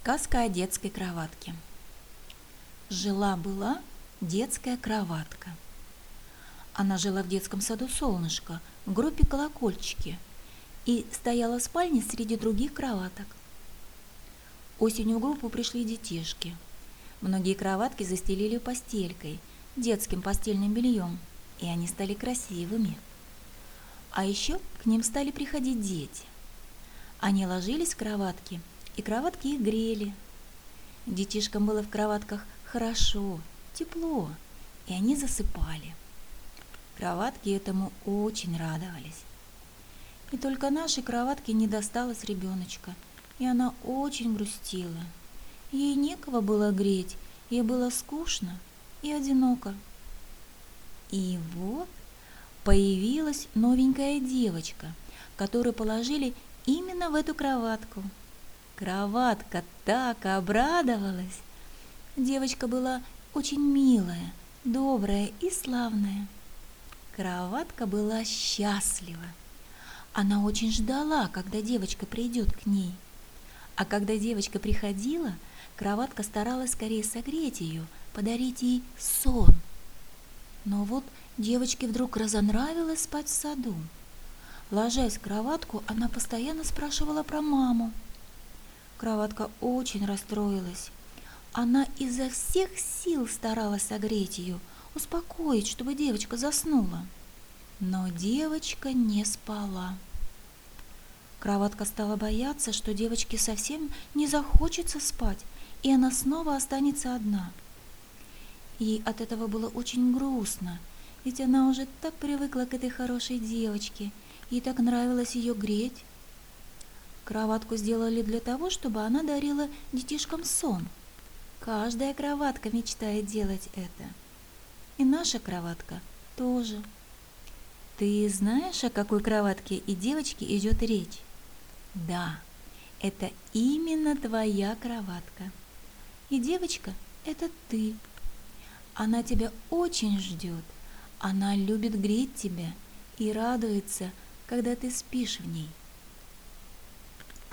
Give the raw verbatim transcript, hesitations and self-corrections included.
Сказка о детской кроватке. Жила-была детская кроватка. Она жила в детском саду «Солнышко» в группе «Колокольчики» и стояла в спальне среди других кроваток. Осенью в группу пришли детишки. Многие кроватки застелили постелькой, детским постельным бельем, и они стали красивыми. А еще к ним стали приходить дети. Они ложились в кроватки, и кроватки их грели. Детишкам было в кроватках хорошо, тепло, и они засыпали. Кроватки этому очень радовались. И только нашей кроватке не досталось ребеночка, и она очень грустила. Ей некого было греть, ей было скучно и одиноко. И вот появилась новенькая девочка, которую положили именно в эту кроватку. Кроватка так обрадовалась. Девочка была очень милая, добрая и славная. Кроватка была счастлива. Она очень ждала, когда девочка придет к ней. А когда девочка приходила, кроватка старалась скорее согреть ее, подарить ей сон. Но вот девочке вдруг разонравилось спать в саду. Ложась в кроватку, она постоянно спрашивала про маму. Кроватка очень расстроилась. Она изо всех сил старалась согреть ее, успокоить, чтобы девочка заснула. Но девочка не спала. Кроватка стала бояться, что девочке совсем не захочется спать, и она снова останется одна. Ей от этого было очень грустно, ведь она уже так привыкла к этой хорошей девочке, ей так нравилось ее греть. Кроватку сделали для того, чтобы она дарила детишкам сон. Каждая кроватка мечтает делать это. И наша кроватка тоже. Ты знаешь, о какой кроватке и девочке идет речь? Да, это именно твоя кроватка. И девочка – это ты. Она тебя очень ждет. Она любит греть тебя и радуется, когда ты спишь в ней.